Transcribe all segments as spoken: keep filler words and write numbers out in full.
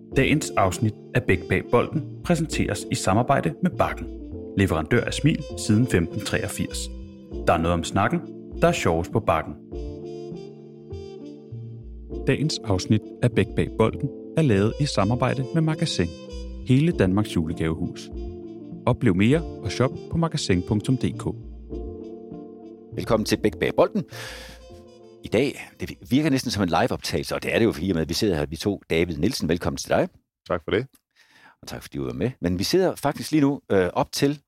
Dagens afsnit af Bæk bag bolden præsenteres i samarbejde med Bakken, leverandør af smil siden femten treogfirs. Der er noget om snakken, der er sjovest på Bakken. Dagens afsnit af Bæk bag bolden er lavet i samarbejde med Magasin, hele Danmarks julegavehus. Oplev mere og shop på magasin punktum d k. Velkommen til Bæk bag bolden. I dag, det virker næsten som en live-optagelse, og det er det jo, fordi vi sidder her, vi to. David Nielsen, velkommen til dig. Tak for det. Og tak fordi du var med. Men vi sidder faktisk lige nu øh, op til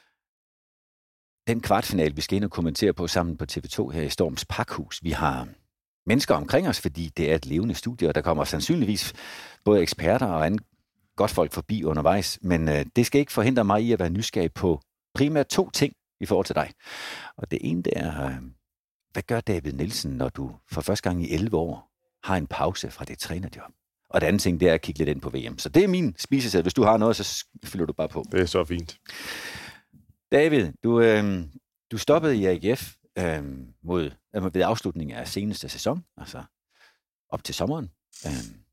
den kvartfinal, vi skal ind og kommentere på sammen på T V to her i Storms Pakhus. Vi har mennesker omkring os, fordi det er et levende studie, og der kommer sandsynligvis både eksperter og andet godt folk forbi undervejs. Men øh, det skal ikke forhindre mig i at være nysgerrig på primært to ting i forhold til dig. Og det ene, det er... Øh, Hvad gør David Nielsen, når du for første gang i elleve år har en pause fra dit trænerjob? Og det andet ting, det er at kigge lidt ind på V M. Så det er min spisesæt. Hvis du har noget, så fylder du bare på. Det er så fint. David, du, øh, du stoppede i A G F øh, mod, øh, ved afslutningen af seneste sæson, altså op til sommeren. Øh,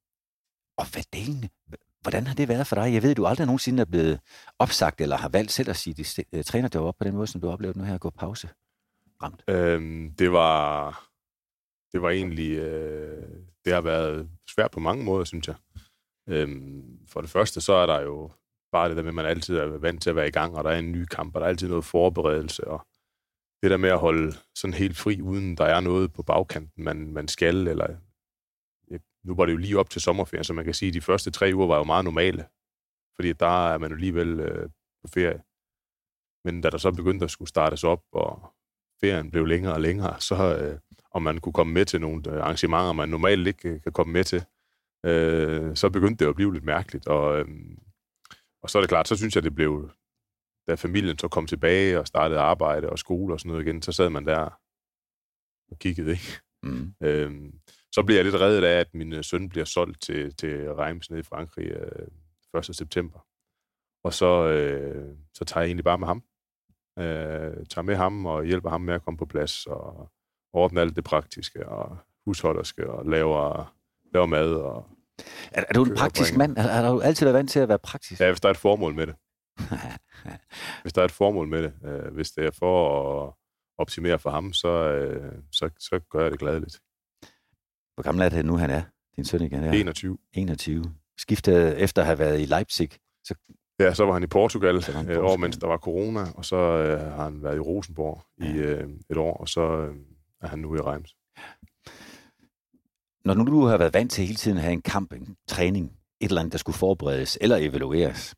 og hvad delen, hvordan har det været for dig? Jeg ved, at du aldrig nogensinde er blevet opsagt, eller har valgt selv at sige dit øh, trænerjob op på den måde, som du oplevede nu her at gå pause. Øhm, det var det var egentlig øh, det har været svært på mange måder, synes jeg. Øhm, for det første, så er der jo bare det der med, at man altid er vant til at være i gang, og der er en ny kamp, og der er altid noget forberedelse, og det der med at holde sådan helt fri, uden der er noget på bagkanten, man, man skal, eller ja, nu var det jo lige op til sommerferien, så man kan sige, at de første tre uger var jo meget normale, fordi der er man jo alligevel øh, på ferie. Men da der så begyndte at skulle startes op, og ferien blev længere og længere, så øh, om man kunne komme med til nogle arrangementer, man normalt ikke kan komme med til, øh, så begyndte det at blive lidt mærkeligt. Og, øh, og så er det klart, så synes jeg, det blev, da familien så kom tilbage og startede arbejde og skole og sådan noget igen, så sad man der og kiggede, ikke? Mm. Øh, så bliver jeg lidt reddet af, at min søn bliver solgt til, til Reims nede i Frankrig øh, første september. Og så, øh, så tager jeg egentlig bare med ham. Øh, tager med ham og hjælper ham med at komme på plads og ordne alt det praktiske og husholderske og laver, laver mad. Og er, er du en praktisk mand? Er, er du altid været vant til at være praktisk? Ja, hvis der er et formål med det. Hvis der er et formål med det. Øh, hvis det er for at optimere for ham, så, øh, så, så gør jeg det gladeligt. Hvor gammel er det nu, han er? Din søn igen? enogtyve. enogtyve. Skiftet efter at have været i Leipzig, så... Ja, så var han i Portugal et år, mens der var corona, og så øh, har han været i Rosenborg ja. i øh, et år, og så øh, er han nu i Reims. Når nu du har været vant til hele tiden at have en kamp, en træning, et eller andet, der skulle forberedes eller evalueres,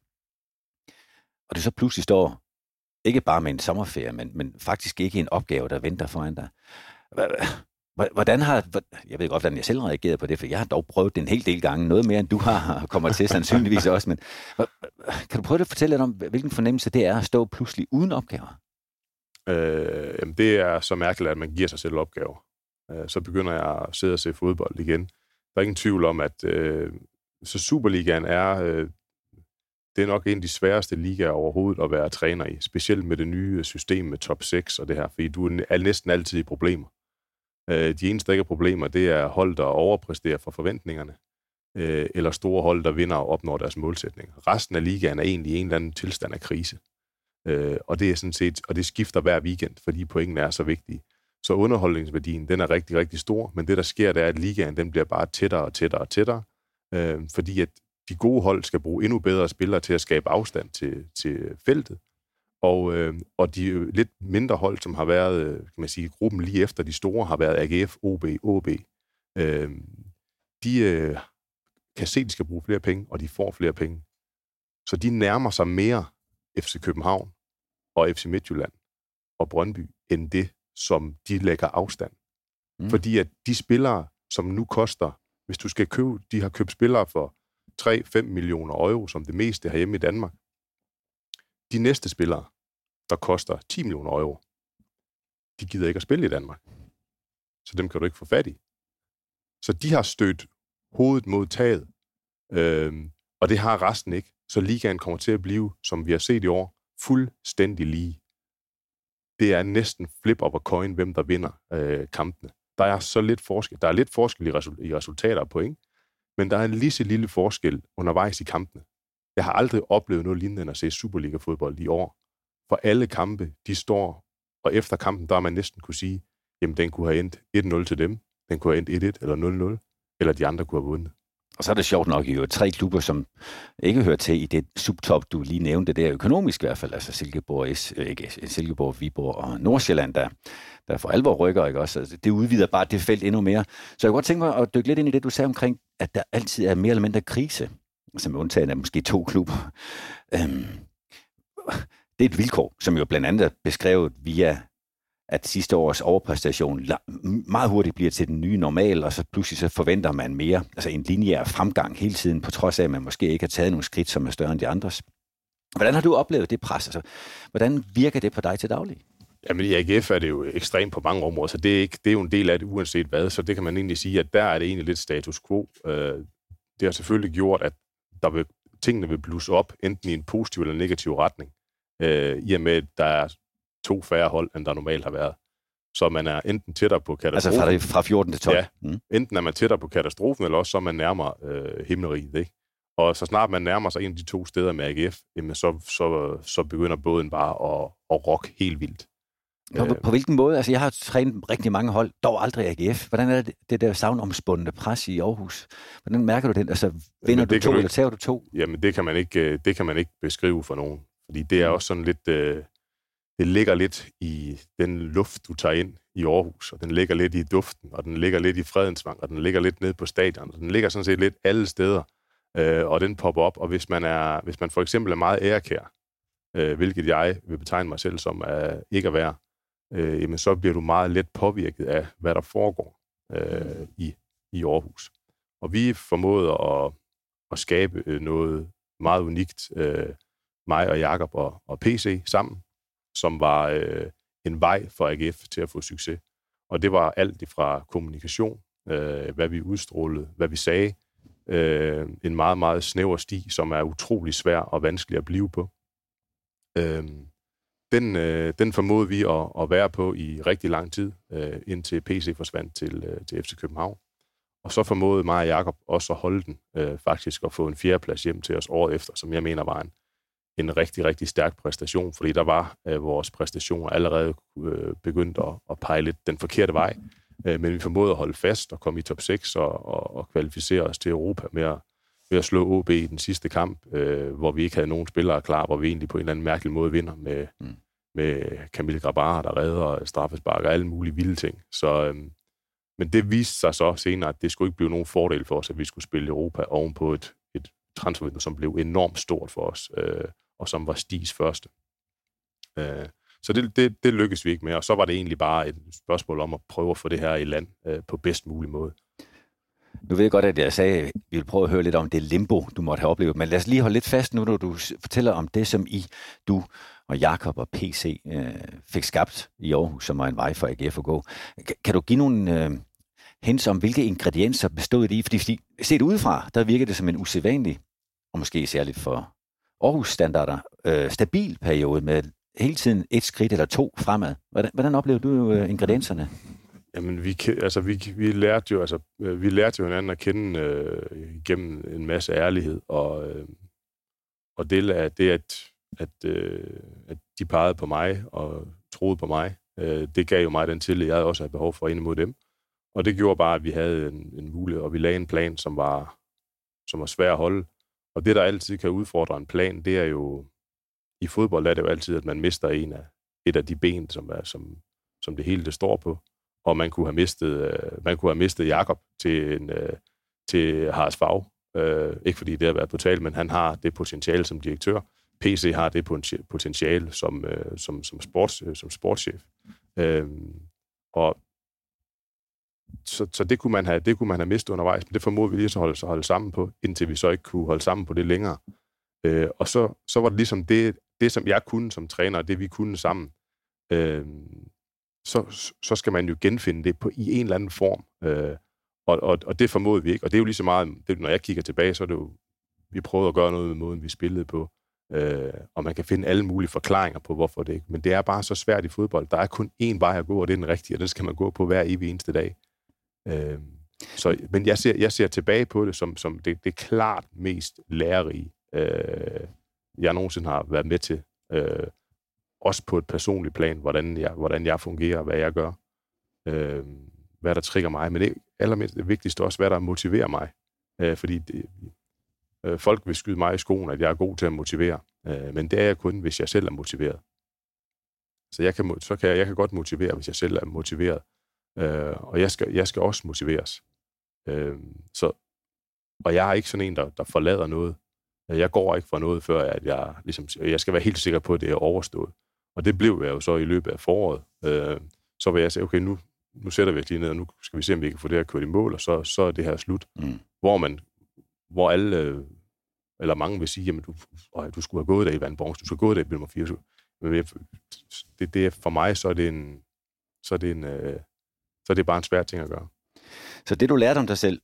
og du så pludselig står, ikke bare med en sommerferie, men, men faktisk ikke en opgave, der venter foran dig. Hvordan har, jeg ved godt, hvordan jeg selv reagerede på det, for jeg har dog prøvet det en hel del gange, noget mere end du har, kommer til sandsynligvis også, men kan du prøve at fortælle lidt om, hvilken fornemmelse det er at stå pludselig uden opgaver? Øh, jamen det er så mærkeligt, at man giver sig selv opgaver. Øh, så begynder jeg at sidde og se fodbold igen. Der er ingen tvivl om, at øh, så Superligaen er, øh, det er nok en af de sværeste ligaer overhovedet at være træner i, specielt med det nye system med top seks og det her, fordi du er næsten altid i problemer. De eneste, der ikke er problemer, det er hold, der overpræsterer for forventningerne, eller store hold, der vinder og opnår deres målsætninger. Resten af ligaen er egentlig en eller anden tilstand af krise. Og det er sådan set, og det skifter hver weekend, fordi pointene er så vigtige. Så underholdningsværdien, den er rigtig, rigtig stor, men det, der sker, det er, at ligaen, den bliver bare tættere og tættere og tættere, fordi at de gode hold skal bruge endnu bedre spillere til at skabe afstand til, til feltet. Og, øh, og de lidt mindre hold, som har været, kan man sige, gruppen lige efter de store, har været A G F, O B, O B. Øh, de øh, kan se, at de skal bruge flere penge, og de får flere penge. Så de nærmer sig mere F C København og F C Midtjylland og Brøndby, end det, som de lægger afstand. Mm. Fordi at de spillere, som nu koster, hvis du skal købe, de har købt spillere for tre til fem millioner euro, som det meste herhjemme i Danmark. De næste spillere, der koster ti millioner euro, de gider ikke at spille i Danmark. Så dem kan du ikke få fat i. Så de har stødt hovedet mod taget, øhm, og det har resten ikke. Så ligaen kommer til at blive, som vi har set i år, fuldstændig lige. Det er næsten flip over coin, hvem der vinder øh, kampene. Der er så lidt forskel. Der er lidt forskel i, resul- i resultater og point, Men der er en lige så lille forskel undervejs i kampene. Jeg har aldrig oplevet noget lignende end at se Superliga-fodbold i år. For alle kampe, de står, og efter kampen, der er man næsten kunne sige, jamen den kunne have endt et nul til dem, den kunne have endt et et eller nul nul, eller de andre kunne have vundet. Og så er det sjovt nok jo tre klubber, som ikke hører til i det subtop, du lige nævnte, det er økonomisk i hvert fald, altså Silkeborg, ikke, Silkeborg, Viborg og Nordsjælland, der, der for alvor rykker, ikke også? Altså, det udvider bare det felt endnu mere. Så jeg kunne godt tænke mig at dykke lidt ind i det, du sagde omkring, at der altid er mere eller mindre krise, som er undtaget af måske to klubber. Øhm, det er et vilkår, som jo blandt andet er beskrevet via at sidste års overpræstation meget hurtigt bliver til den nye normal, og så pludselig så forventer man mere, altså en lineær fremgang hele tiden, på trods af, at man måske ikke har taget nogle skridt, som er større end de andres. Hvordan har du oplevet det pres? Altså, hvordan virker det på dig til daglig? Jamen i A G F er det jo ekstremt på mange områder, så det er, ikke, det er jo en del af det, uanset hvad, så det kan man egentlig sige, at der er det egentlig lidt status quo. Det har selvfølgelig gjort, at der vil, tingene vil blusse op, enten i en positiv eller negativ retning, i og med, at der er to færre hold, end der normalt har været. Så man er enten tættere på katastrofen. Altså fra, fra fjorten til tolv? Ja, mm. enten er man tættere på katastrofen, eller også så er man nærmere øh, himmelriget, ikke? Og så snart man nærmer sig en af de to steder med A G F, jamen så, så, så begynder båden bare at, at rokke helt vildt. På, øh. på hvilken måde? Altså jeg har trænet rigtig mange hold, dog aldrig A G F. Hvordan er det, det der savnomspundne pres i Aarhus? Hvordan mærker du den? Altså vinder du to, du eller tager du to? Jamen det kan man ikke, det kan man ikke beskrive for nogen. Fordi det er mm. også sådan lidt... Øh, Det ligger lidt i den luft, du tager ind i Aarhus, og den ligger lidt i duften, og den ligger lidt i Fredensvang, og den ligger lidt nede på stadion, og den ligger sådan set lidt alle steder, øh, og den popper op. Og hvis man, er, hvis man for eksempel er meget ærekær, øh, hvilket jeg vil betegne mig selv som at ikke at være, øh, jamen så bliver du meget let påvirket af, hvad der foregår øh, i, i Aarhus. Og vi formåede at, at skabe noget meget unikt, øh, mig og Jakob og, og P C sammen, som var øh, en vej for A G F til at få succes. Og det var alt fra kommunikation, øh, hvad vi udstrålede, hvad vi sagde, øh, en meget, meget snæver sti, som er utrolig svær og vanskelig at blive på. Øh, den, øh, den formåede vi at, at være på i rigtig lang tid, øh, indtil P C forsvandt til, øh, til F C København. Og så formåede mig og Jakob også at holde den, øh, faktisk, og få en fjerdeplads hjem til os året efter, som jeg mener var en en rigtig, rigtig stærk præstation, fordi der var øh, vores præstationer allerede øh, begyndt at, at pege lidt den forkerte vej. Øh, men vi formåede at holde fast og komme i top seks og, og, og kvalificere os til Europa med at, med at slå O B i den sidste kamp, øh, hvor vi ikke havde nogen spillere klar, hvor vi egentlig på en eller anden mærkelig måde vinder med, mm. med Camille Grabar, der redder straffespark og alle mulige vilde ting. Så, øh, men det viste sig så senere, at det skulle ikke blive nogen fordel for os, at vi skulle spille Europa ovenpå et, et transfervindue, som blev enormt stort for os. Øh, og som var Stigs første. Øh, så det, det, det lykkedes vi ikke med, og så var det egentlig bare et spørgsmål om at prøve at få det her i land øh, på bedst mulig måde. Nu ved jeg godt, at jeg sagde, at vi ville prøve at høre lidt om det limbo, du måtte have oplevet, men lad os lige holde lidt fast nu, når du fortæller om det, som I, du og Jakob og P C øh, fik skabt i Aarhus, som var en vej for A G F at gå. Kan du give nogle øh, hints om, hvilke ingredienser bestod det i? Fordi, fordi set udefra, der virker det som en usædvanlig, og måske særligt for Aarhus-standarder, øh, stabil periode med hele tiden et skridt eller to fremad. Hvordan, hvordan oplever du øh, ingredienserne? Jamen, vi, altså, vi, vi, lærte jo, altså, vi lærte jo hinanden at kende øh, gennem en masse ærlighed, og, øh, og del af det, at, at, øh, at de pegede på mig og troede på mig, øh, det gav jo mig den tillid, jeg også havde behov for ind imod dem. Og det gjorde bare, at vi havde en, en mulighed, og vi lagde en plan, som var, som var svær at holde. Og det, der altid kan udfordre en plan, det er jo, i fodbold er det jo altid, at man mister en af, et af de ben, som, er, som, som det hele det står på. Og man kunne have mistet, man kunne have mistet Jakob til, en, til Haras Fag. Uh, ikke fordi det har været på tale, men han har det potentiale som direktør. P C har det potentiale som, uh, som, som, sports, som sportschef. Uh, og Så, så det, kunne man have, det kunne man have mistet undervejs, men det formodede vi lige så holde, så holde sammen på, indtil vi så ikke kunne holde sammen på det længere. Øh, og så, så var det ligesom det, det, som jeg kunne som træner, og det vi kunne sammen. Øh, så, så skal man jo genfinde det på, i en eller anden form. Øh, og, og, og det formodede vi ikke. Og det er jo lige så meget, det, når jeg kigger tilbage, så er det jo, vi prøvede at gøre noget med måden, vi spillede på. Øh, og man kan finde alle mulige forklaringer på, hvorfor det ikke. Men det er bare så svært i fodbold. Der er kun én vej at gå, og det er den rigtige, og den skal man gå på hver evig eneste dag. Øh, Så, men jeg ser, jeg ser tilbage på det som, som det, det klart mest lærerige, øh, jeg nogensinde har været med til. Øh, også på et personligt plan, hvordan jeg, hvordan jeg fungerer, hvad jeg gør, øh, hvad der trigger mig. Men det allermest det vigtigste også, hvad der motiverer mig. Øh, fordi det, øh, folk vil skyde mig i skoen, at jeg er god til at motivere. Øh, men det er jeg kun, hvis jeg selv er motiveret. Så jeg kan, så kan jeg, jeg kan godt motivere, hvis jeg selv er motiveret. Øh, og jeg skal, jeg skal også motiveres. Øh, så, og jeg er ikke sådan en, der, der forlader noget. Jeg går ikke fra noget, før at jeg, ligesom, jeg skal være helt sikker på, at det er overstået. Og det blev jeg jo så i løbet af foråret. Øh, så vil jeg sige, okay, nu, nu sætter vi os lige ned, og nu skal vi se, om vi kan få det her kørt i mål, og så, så er det her slut. Mm. Hvor man, hvor alle, eller mange vil sige, jamen, du, øh, du skulle have gået der i Vandborgs, du skulle have gået der i nummer fire. Men det, det, for mig, så er det en, så er det en, øh, så er det bare en svær ting at gøre. Så det, du lærte om dig selv,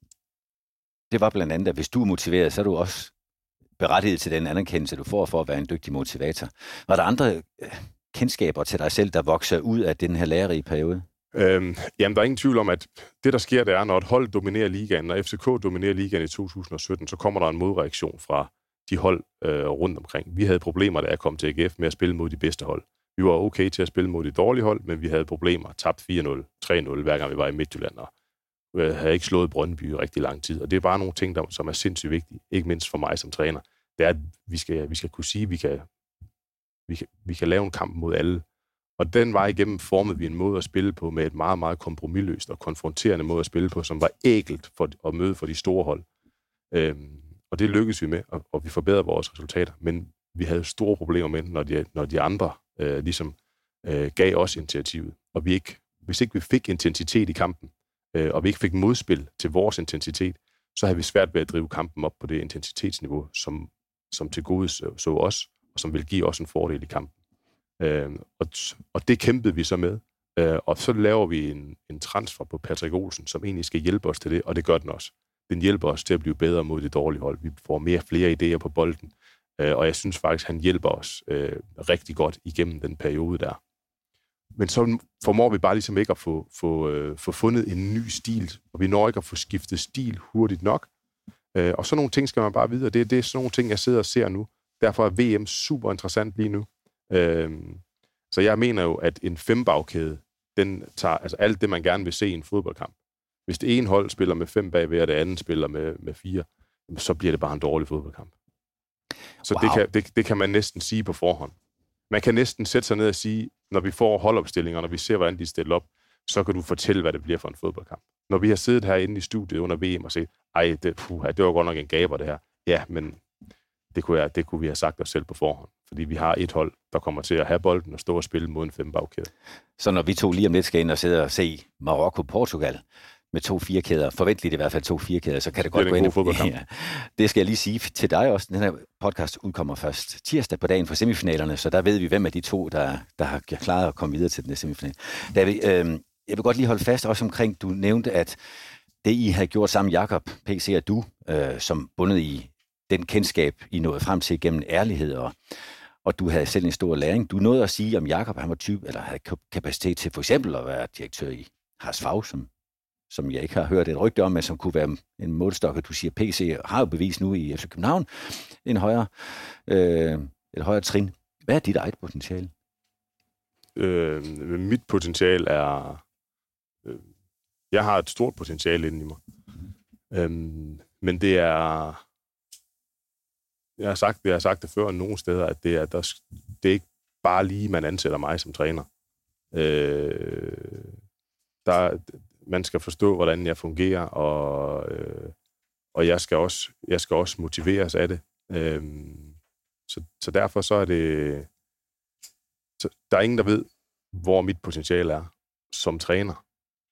det var blandt andet, at hvis du er motiveret, så er du også berettiget til den anerkendelse, du får for at være en dygtig motivator. Var der andre kendskaber til dig selv, der vokser ud af den her lærerige periode? Øhm, jamen, der er ingen tvivl om, at det, der sker, det er, når et hold dominerer ligaen, når F C K dominerer ligaen i to tusind og sytten, så kommer der en modreaktion fra de hold øh, rundt omkring. Vi havde problemer, da jeg kom til A G F, med at spille mod de bedste hold. Vi var okay til at spille mod de dårlige hold, men vi havde problemer. Tabt fire nul, tre nul, hver gang vi var i Midtjylland, og jeg havde ikke slået Brøndby i rigtig lang tid. Og det er bare nogle ting, der, som er sindssygt vigtige, ikke mindst for mig som træner. Det er, at vi skal, vi skal kunne sige, at vi kan, vi, kan, vi kan lave en kamp mod alle. Og den vej igennem formede vi en måde at spille på, med et meget, meget kompromisløst og konfronterende måde at spille på, som var ægelt for at møde for de store hold. Øhm, og det lykkedes vi med, og, og vi forbedrede vores resultater. Men vi havde store problemer med, når de, når de andre øh, ligesom øh, gav os initiativet. Og vi ikke, hvis ikke vi fik intensitet i kampen, øh, og vi ikke fik modspil til vores intensitet, så havde vi svært ved at drive kampen op på det intensitetsniveau, som, som til gode så, så os, og som vil give os en fordel i kampen. Øh, og, og det kæmpede vi så med. Øh, og så laver vi en, en transfer på Patrick Olsen, som egentlig skal hjælpe os til det, og det gør den også. Den hjælper os til at blive bedre mod det dårlige hold. Vi får mere flere idéer på bolden, øh, og jeg synes faktisk, han hjælper os øh, rigtig godt igennem den periode der. Men så formår vi bare ligesom ikke at få, få, øh, få fundet en ny stil, og vi når ikke at få skiftet stil hurtigt nok. Øh, og sådan nogle ting skal man bare vide, og det, det er sådan nogle ting, jeg sidder og ser nu. Derfor er V M super interessant lige nu. Øh, så jeg mener jo, at en fembagkæde, den tager altså alt det, man gerne vil se i en fodboldkamp. Hvis det ene hold spiller med fem bagved, og det andet spiller med, med fire, så bliver det bare en dårlig fodboldkamp. Så wow. det, kan, det, det kan man næsten sige på forhånd. Man kan næsten sætte sig ned og sige, når vi får holdopstillinger, når vi ser, hvordan de stiller op, så kan du fortælle, hvad det bliver for en fodboldkamp. Når vi har siddet herinde i studiet under V M og set, ej, det, puh, det var godt nok en gaber, det her. Ja, men det kunne, jeg, det kunne vi have sagt os selv på forhånd. Fordi vi har et hold, der kommer til at have bolden og stå og spille mod en fembagkæde. Så når vi to lige om lidt skal ind og sidde og se Marokko-Portugal med to firekæder, forventeligt i hvert fald to firekæder, så kan det, det godt gå ind. Ja, det skal jeg lige sige til dig også. Den her podcast udkommer først tirsdag på dagen for semifinalerne, så der ved vi, hvem af de to, der, der har klaret at komme videre til den her semifinal. David, øh, jeg vil godt lige holde fast også omkring, du nævnte, at det, I har gjort sammen, Jakob, P C og du, øh, som bundet i den kendskab, I nåede frem til gennem ærlighed, og, og du havde selv en stor læring. Du nåede at sige, om Jakob han var type, eller havde kapacitet til for eksempel at være direktør i Haas Fag, som, som jeg ikke har hørt et rygte om, men som kunne være en målestok, at du siger, P C har jo bevist nu i F C København en højere, øh, et højere trin. Hvad er dit eget potentiale? Øh, mit potentiale er... Øh, jeg har et stort potentiale inden i mig. Mm. Øh, men det er... Jeg har sagt det, jeg har sagt det før nogle steder, at det er, der, det er ikke bare lige, man ansætter mig som træner. Øh, der, man skal forstå, hvordan jeg fungerer, og, øh, og jeg, skal også, jeg skal også motiveres af det. Øh, så, så derfor så er det... Så der er ingen, der ved, hvor mit potentiale er som træner.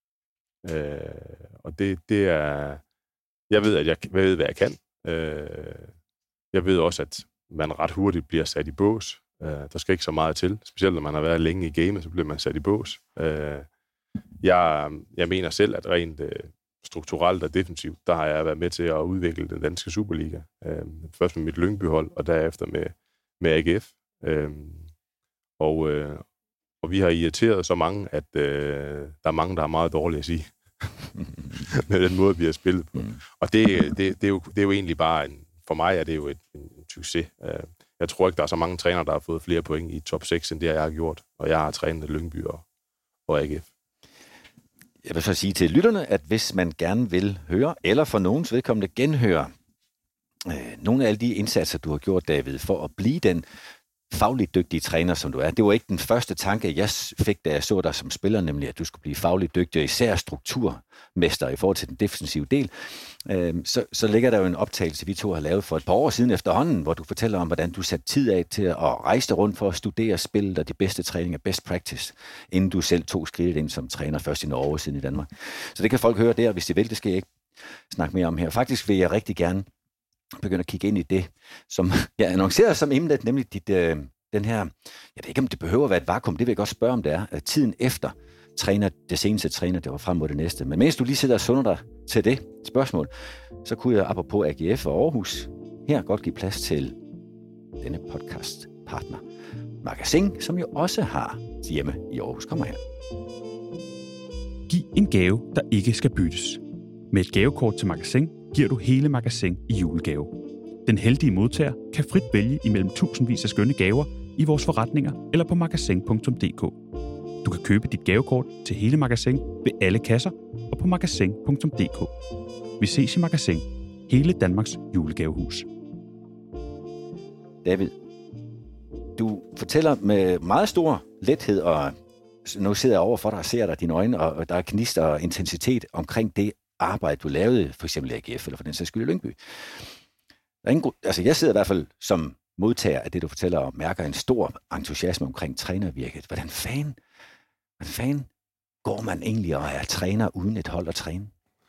Øh, og det, det er... Jeg ved, at jeg ved, hvad jeg kan. Øh, Jeg ved også, at man ret hurtigt bliver sat i bås. Uh, der skal ikke så meget til. Specielt når man har været længe i gamet, så bliver man sat i bås. Uh, jeg, jeg mener selv, at rent uh, strukturelt og defensivt, der har jeg været med til at udvikle den danske Superliga. Uh, først med mit Lyngby-hold, og derefter med, med A G F. Uh, og, uh, og vi har irriteret så mange, at uh, der er mange, der er meget dårlige at sige. med den måde, vi har spillet på. Mm. Og det, det, det, er jo, det er jo egentlig bare, en, for mig er det jo et, en succes. Jeg tror ikke, der er så mange trænere, der har fået flere point i top seks, end det, jeg har gjort. Og jeg har trænet Lyngby og, og A G F. Jeg vil så sige til lytterne, at hvis man gerne vil høre, eller for nogens vedkommende genhøre, øh, nogle af alle de indsatser, du har gjort, David, for at blive den fagligt dygtige træner, som du er. Det var ikke den første tanke, jeg fik, da jeg så dig som spiller, nemlig at du skulle blive fagligt dygtig, og især strukturmester i forhold til den defensive del. Så, så ligger der jo en optagelse, vi to har lavet for et par år siden efterhånden, hvor du fortæller om, hvordan du satte tid af til at rejse rundt for at studere spillet og de bedste træninger, best practice, inden du selv tog skridtet ind som træner først i Norge siden i Danmark. Så det kan folk høre der, hvis de vil. Det skal jeg ikke snakke mere om her. Faktisk vil jeg rigtig gerne begynde at kigge ind i det, som jeg annoncerede som emnet, nemlig dit, øh, den her, jeg ved ikke, om det behøver at være et vakuum, det vil jeg godt spørge, om det er, at tiden efter træner, det seneste træner, det var frem mod det næste. Men mens du lige sidder og sunder dig til det spørgsmål, så kunne jeg apropos A G F og Aarhus her godt give plads til denne podcastpartner, Magasin, som jo også har hjemme i Aarhus. Kommer her. Giv en gave, der ikke skal byttes. Med et gavekort til Magasin giver du hele Magasin i julegave. Den heldige modtager kan frit vælge imellem tusindvis af skønne gaver i vores forretninger eller på magasin punktum d k. Du kan købe dit gavekort til hele Magasin ved alle kasser og på magasin punktum d k. Vi ses i Magasin, hele Danmarks julegavehus. David, du fortæller med meget stor lethed, og nu sidder jeg over for dig og ser dig dine øjne, og der er gnister og intensitet omkring det arbejde, du lavede, for eksempel i A G F, eller for den sags skyld i Lyngby. Der er ingen, altså jeg sidder i hvert fald som modtager af det, du fortæller, og mærker en stor entusiasme omkring trænervirket. Hvordan fanden, hvordan fanden går man egentlig og er træner uden et hold at træne?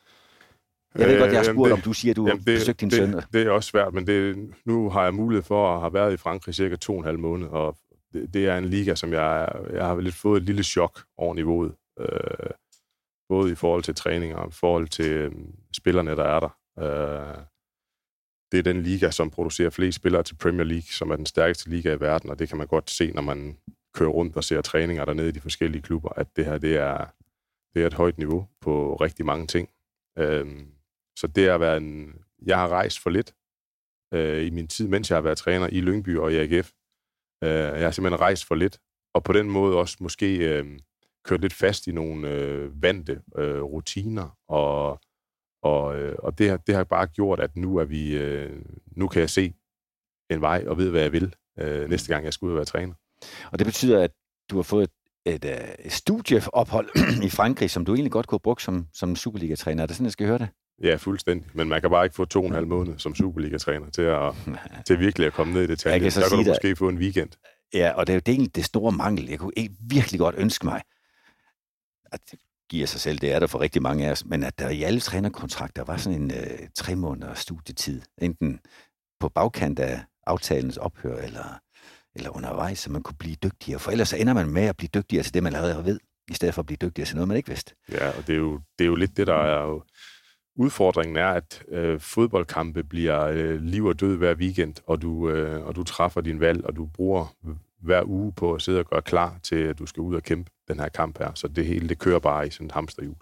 Jeg ved øh, godt, jeg har spurgt, det, om du siger, at du har besøgt din det, søn. Det er også svært, men det, nu har jeg mulighed for at have været i Frankrig cirka to og en halv måned, og det, det er en liga, som jeg, jeg har lidt fået et lille chok over niveauet. Øh, både i forhold til træninger og i forhold til øh, spillerne, der er der. Øh, det er den liga, som producerer flest spillere til Premier League, som er den stærkeste liga i verden, og det kan man godt se, når man kører rundt og ser træninger dernede i de forskellige klubber, at det her, det er, det er et højt niveau på rigtig mange ting. Øh, så det har været en... Jeg har rejst for lidt øh, i min tid, mens jeg har været træner i Lyngby og i A G F. Øh, jeg har simpelthen rejst for lidt, og på den måde også måske... Øh, kørt lidt fast i nogle øh, vante øh, rutiner, og, og, øh, og det, har, det har bare gjort, at nu er vi, øh, nu kan jeg se en vej, og ved, hvad jeg vil, øh, næste gang jeg skal ud og være træner. Og det betyder, at du har fået et, et, et studieophold i Frankrig, som du egentlig godt kunne bruge som, som Superliga-træner. Er det sådan, jeg skal høre det? Ja, fuldstændig. Men man kan bare ikke få to og en halv måned som Superliga-træner til, at, til virkelig at komme ned i detaljen. Der kan du måske få en weekend. Ja, og det er jo egentlig det store mangel. Jeg kunne virkelig godt ønske mig, at det giver sig selv, det er der for rigtig mange af os, men at der i alle trænerkontrakter var sådan en øh, tre måneder studietid, enten på bagkant af aftalens ophør, eller, eller undervejs, så man kunne blive dygtigere. For ellers så ender man med at blive dygtigere til det, man allerede ved, i stedet for at blive dygtigere til noget, man ikke vidste. Ja, og det er jo, det er jo lidt det, der er jo... Udfordringen er, at øh, fodboldkampe bliver øh, liv og død hver weekend, og du, øh, og du træffer din valg, og du bruger hver uge på at sidde og gøre klar til, at du skal ud og kæmpe den her kamp her. Så det hele, det kører bare i sådan et hamsterhjul.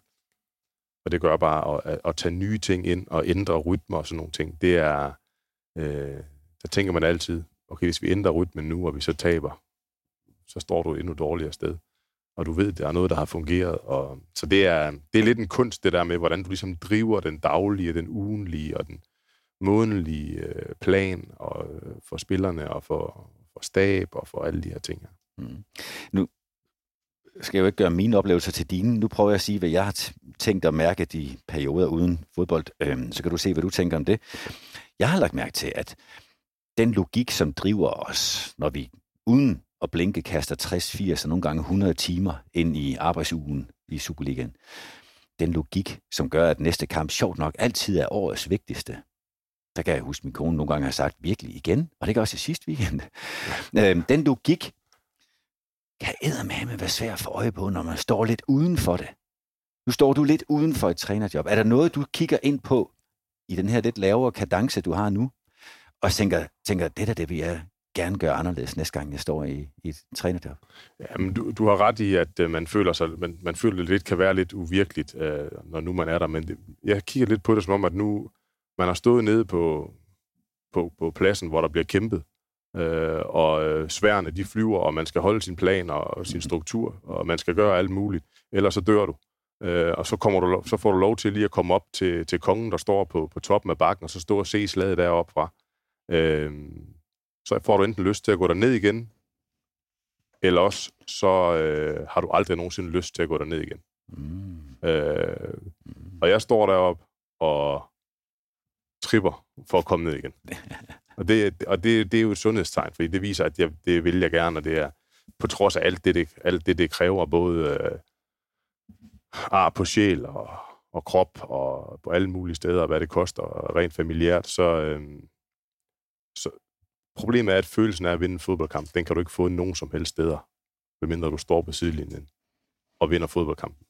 Og det gør bare at, at tage nye ting ind og ændre rytmer og sådan nogle ting. Det er, øh, der tænker man altid, okay, hvis vi ændrer rytmen nu, og vi så taber, så står du endnu dårligere sted. Og du ved, at der er noget, der har fungeret. Og, så det er, det er lidt en kunst, det der med, hvordan du ligesom driver den daglige, den ugenlige og den månedlige øh, plan og, øh, for spillerne og for, for stab og for alle de her ting. Mm. Nu skal jeg jo ikke gøre mine oplevelser til dine. Nu prøver jeg at sige, hvad jeg har tænkt at mærke de perioder uden fodbold. Øhm, så kan du se, hvad du tænker om det. Jeg har lagt mærke til, at den logik, som driver os, når vi uden at blinke kaster tres, firs og nogle gange hundrede timer ind i arbejdsugen i Superligaen, den logik, som gør, at næste kamp sjovt nok altid er årets vigtigste. Der kan jeg huske, min kone nogle gange har sagt virkelig igen, og det gør også i sidste weekend. øhm, den logik kan eddermame være svær at få øje på, når man står lidt uden for det. Nu står du lidt uden for et trænerjob. Er der noget, du kigger ind på i den her lidt lavere kadence, du har nu, og tænker, tænker det der, det vil jeg gerne gøre anderledes næste gang, jeg står i, i et trænerjob? Jamen, du, du har ret i, at uh, man føler sig, man, man føler det lidt kan være lidt uvirkeligt, uh, når nu man er der, men det, jeg kigger lidt på det som om, at nu man har stået nede på, på, på pladsen, hvor der bliver kæmpet, uh, og uh, sværene, de flyver, og man skal holde sin plan og, og sin struktur, og man skal gøre alt muligt, ellers så dør du. Uh, og så, kommer du, så får du lov til lige at komme op til, til kongen, der står på, på toppen af bakken, og så stå og se slaget deroppe fra. Uh, så får du enten lyst til at gå derned igen, eller også så øh, har du aldrig nogensinde lyst til at gå derned igen. Mm. Øh, og jeg står deroppe og tripper for at komme ned igen. og det, og det, det er jo et sundhedstegn, fordi det viser, at jeg, det vil jeg gerne, og det er på trods af alt det, det, alt det, det kræver, både øh, ar på sjæl og, og krop, og på alle mulige steder, hvad det koster, rent familiært, så... Øh, så problemet er, at følelsen af at vinde en fodboldkamp, den kan du ikke få nogen som helst steder, medmindre du står på sidelinjen og vinder fodboldkampen.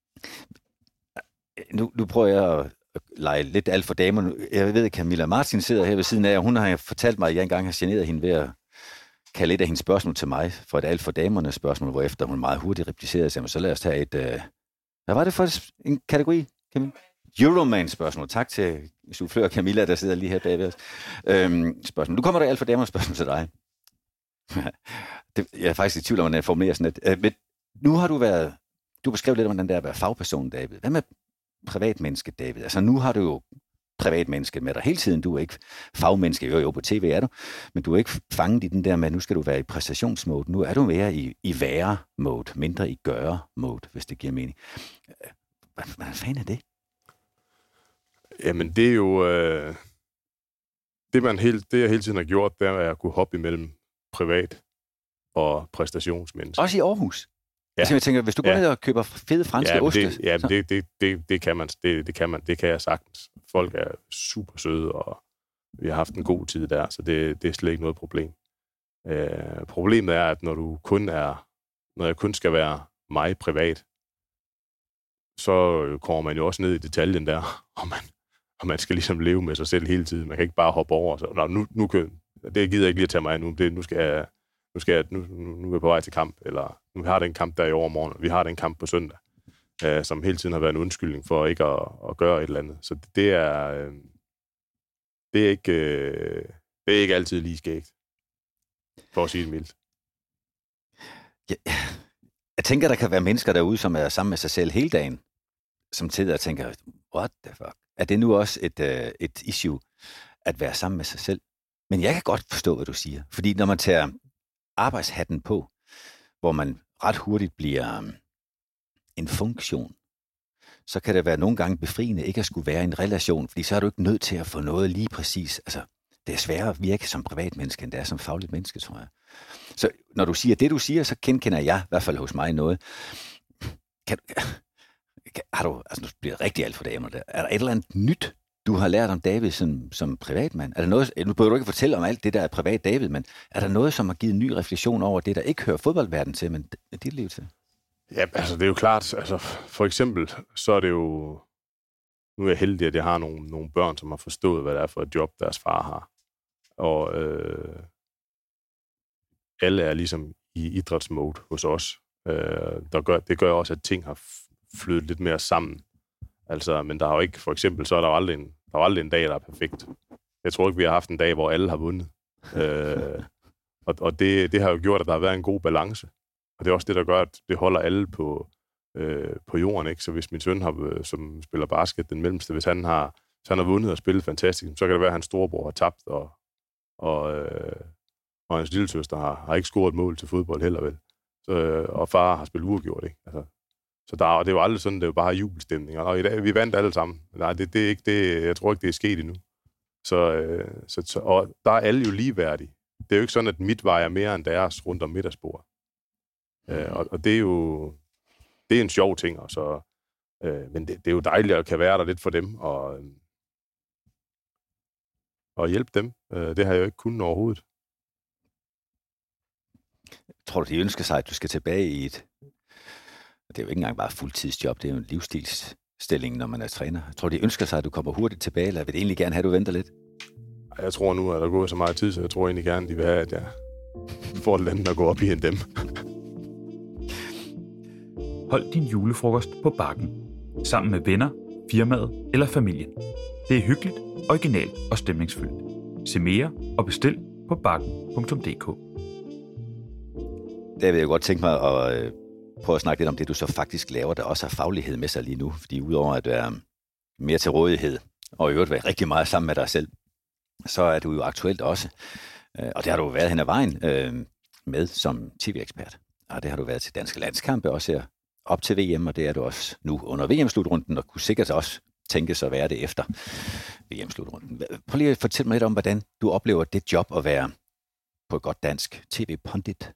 Nu, nu prøver jeg at lege lidt alt for damer. Jeg ved, at Camilla Martin sidder her ved siden af, og hun har fortalt mig, at jeg engang har generet hende ved at kalde et af hendes spørgsmål til mig for et alt for damerne spørgsmål, hvorefter hun meget hurtigt replicerede sig. Så lad os tage et... Uh... Hvad var det for en kategori, Camilla? Euroman-spørgsmål. Tak til soufflør Camilla, der sidder lige her bagved os. Øhm, spørgsmål. Nu kommer der alt for damer spørgsmål til dig. det, jeg er faktisk i tvivl om, hvordan jeg formulerer sådan et. Øh, men nu har du været... Du beskrev lidt om den der at være fagperson, David. Hvad med privatmenneske, David? Altså nu har du jo privatmenneske med dig hele tiden. Du er ikke fagmenneske. Jo, jo, på tv er du. Men du er ikke fanget i den der med, at nu skal du være i præstationsmode. Nu er du mere i, i være-mode, mindre i gøre-mode, hvis det giver mening. Hvad, hvad fanden er det? Jamen, det er jo... Øh, det, man helt, det, jeg hele tiden har gjort, det er at kunne hoppe imellem privat og præstationsmennesker. Også i Aarhus? Ja. Altså, jeg tænker, hvis du går ja. ned og køber fede franske ja, oste... Det, ja, det, det, det, det, kan man, det, det kan man. Det kan jeg sagtens. Folk er super søde, og vi har haft en god tid der, så det, det er slet ikke noget problem. Øh, problemet er, at når du kun er... Når jeg kun skal være mig privat, så kommer man jo også ned i detaljen der, og man, og man skal ligesom leve med sig selv hele tiden. Man kan ikke bare hoppe over. Så, Nå, nu, nu kan, det gider jeg ikke lige at tage mig nu. Det, nu, skal jeg, nu, skal jeg, nu, nu er jeg på vej til kamp, eller nu har den kamp der i overmorgen, og vi har den kamp på søndag, øh, som hele tiden har været en undskyldning for ikke at, at gøre et eller andet. Så det, det er øh, det er ikke øh, det er ikke altid lige skægt, for at sige det mildt. Ja. Jeg tænker, der kan være mennesker derude, som er sammen med sig selv hele dagen, som sidder og tænker, what the fuck? Er det nu også et, uh, et issue, at være sammen med sig selv? Men jeg kan godt forstå, hvad du siger. Fordi når man tager arbejdshatten på, hvor man ret hurtigt bliver um, en funktion, så kan det være nogle gange befriende ikke at skulle være i en relation, fordi så er du ikke nødt til at få noget lige præcis. Altså, det er sværere at virke som privatmenneske, end det er som fagligt menneske, tror jeg. Så når du siger det, du siger, så kender jeg i hvert fald hos mig noget. Kan, kan, har du, altså nu bliver det rigtig alt for damer der. Er der et eller andet nyt, du har lært om David som, som privatmand? Er der noget, nu behøver du ikke fortælle om alt det, der er privat David, men er der noget, som har givet en ny refleksion over det, der ikke hører fodboldverdenen til, men dit liv til? Ja, altså det er jo klart, altså for eksempel, så er det jo, nu er jeg heldig, at jeg har nogle, nogle børn, som har forstået, hvad det er for et job, deres far har. Og øh, alle er ligesom i idrætsmode hos os. Øh, der gør, det gør også, at ting har flyttet lidt mere sammen. Altså, men der har jo ikke, for eksempel, så er der jo aldrig en, der er aldrig en dag, der er perfekt. Jeg tror ikke, vi har haft en dag, hvor alle har vundet. øh, og og det, det har jo gjort, at der har været en god balance. Og det er også det, der gør, at det holder alle på, øh, på jorden, ikke? Så hvis min søn, har, som spiller basket, den mellemste, hvis han har, hvis han har vundet og spillet fantastisk, så kan det være, at hans storebror har tabt, og, og, øh, og hans lillesøster har, har ikke scoret et mål til fodbold heller vel. Så, og far har spillet uafgjort, ikke? Altså, så der, det er jo aldrig sådan, det er jo bare jubelstemning. Og i dag, vi vandt alle sammen. Nej, det, det er ikke det, jeg tror ikke, det er sket endnu. Så, øh, så, og der er alle jo ligeværdige. Det er jo ikke sådan, at mit vejer mere end deres rundt om middagsbordet. Øh, og, og det er jo det er en sjov ting, og så, øh, men det, det er jo dejligt at kan være der lidt for dem, og, øh, og hjælpe dem. Øh, det har jeg jo ikke kunnet overhovedet. Tror du, de ønsker sig, at du skal tilbage i et... Det er jo ikke engang bare fuldtidsjob, det er jo en livsstilsstilling, når man er træner. Jeg tror, de ønsker sig, at du kommer hurtigt tilbage, eller vil de egentlig gerne have, at du venter lidt? Jeg tror nu, at der går så meget tid, så jeg tror egentlig gerne, de vil have, at jeg får et andet at gå op i end dem. Hold din julefrokost på Bakken. Sammen med venner, firmaet eller familien. Det er hyggeligt, originalt og stemningsfyldt. Se mere og bestil på bakken punktum d k. Der vil jeg godt tænke mig at øh, prøve at snakke lidt om det, du så faktisk laver, der også har faglighed med sig lige nu. Fordi udover at være mere til rådighed, og i øvrigt være rigtig meget sammen med dig selv, så er du jo aktuelt også, øh, og det har du været hen ad vejen, øh, med som tv-ekspert. Og det har du været til danske landskampe også her op til V M, og det er du også nu under V M-slutrunden, og kunne sikkert også tænke sig at være det efter V M-slutrunden. Prøv lige at fortælle mig lidt om, hvordan du oplever det job at være på et godt dansk tv-pundit.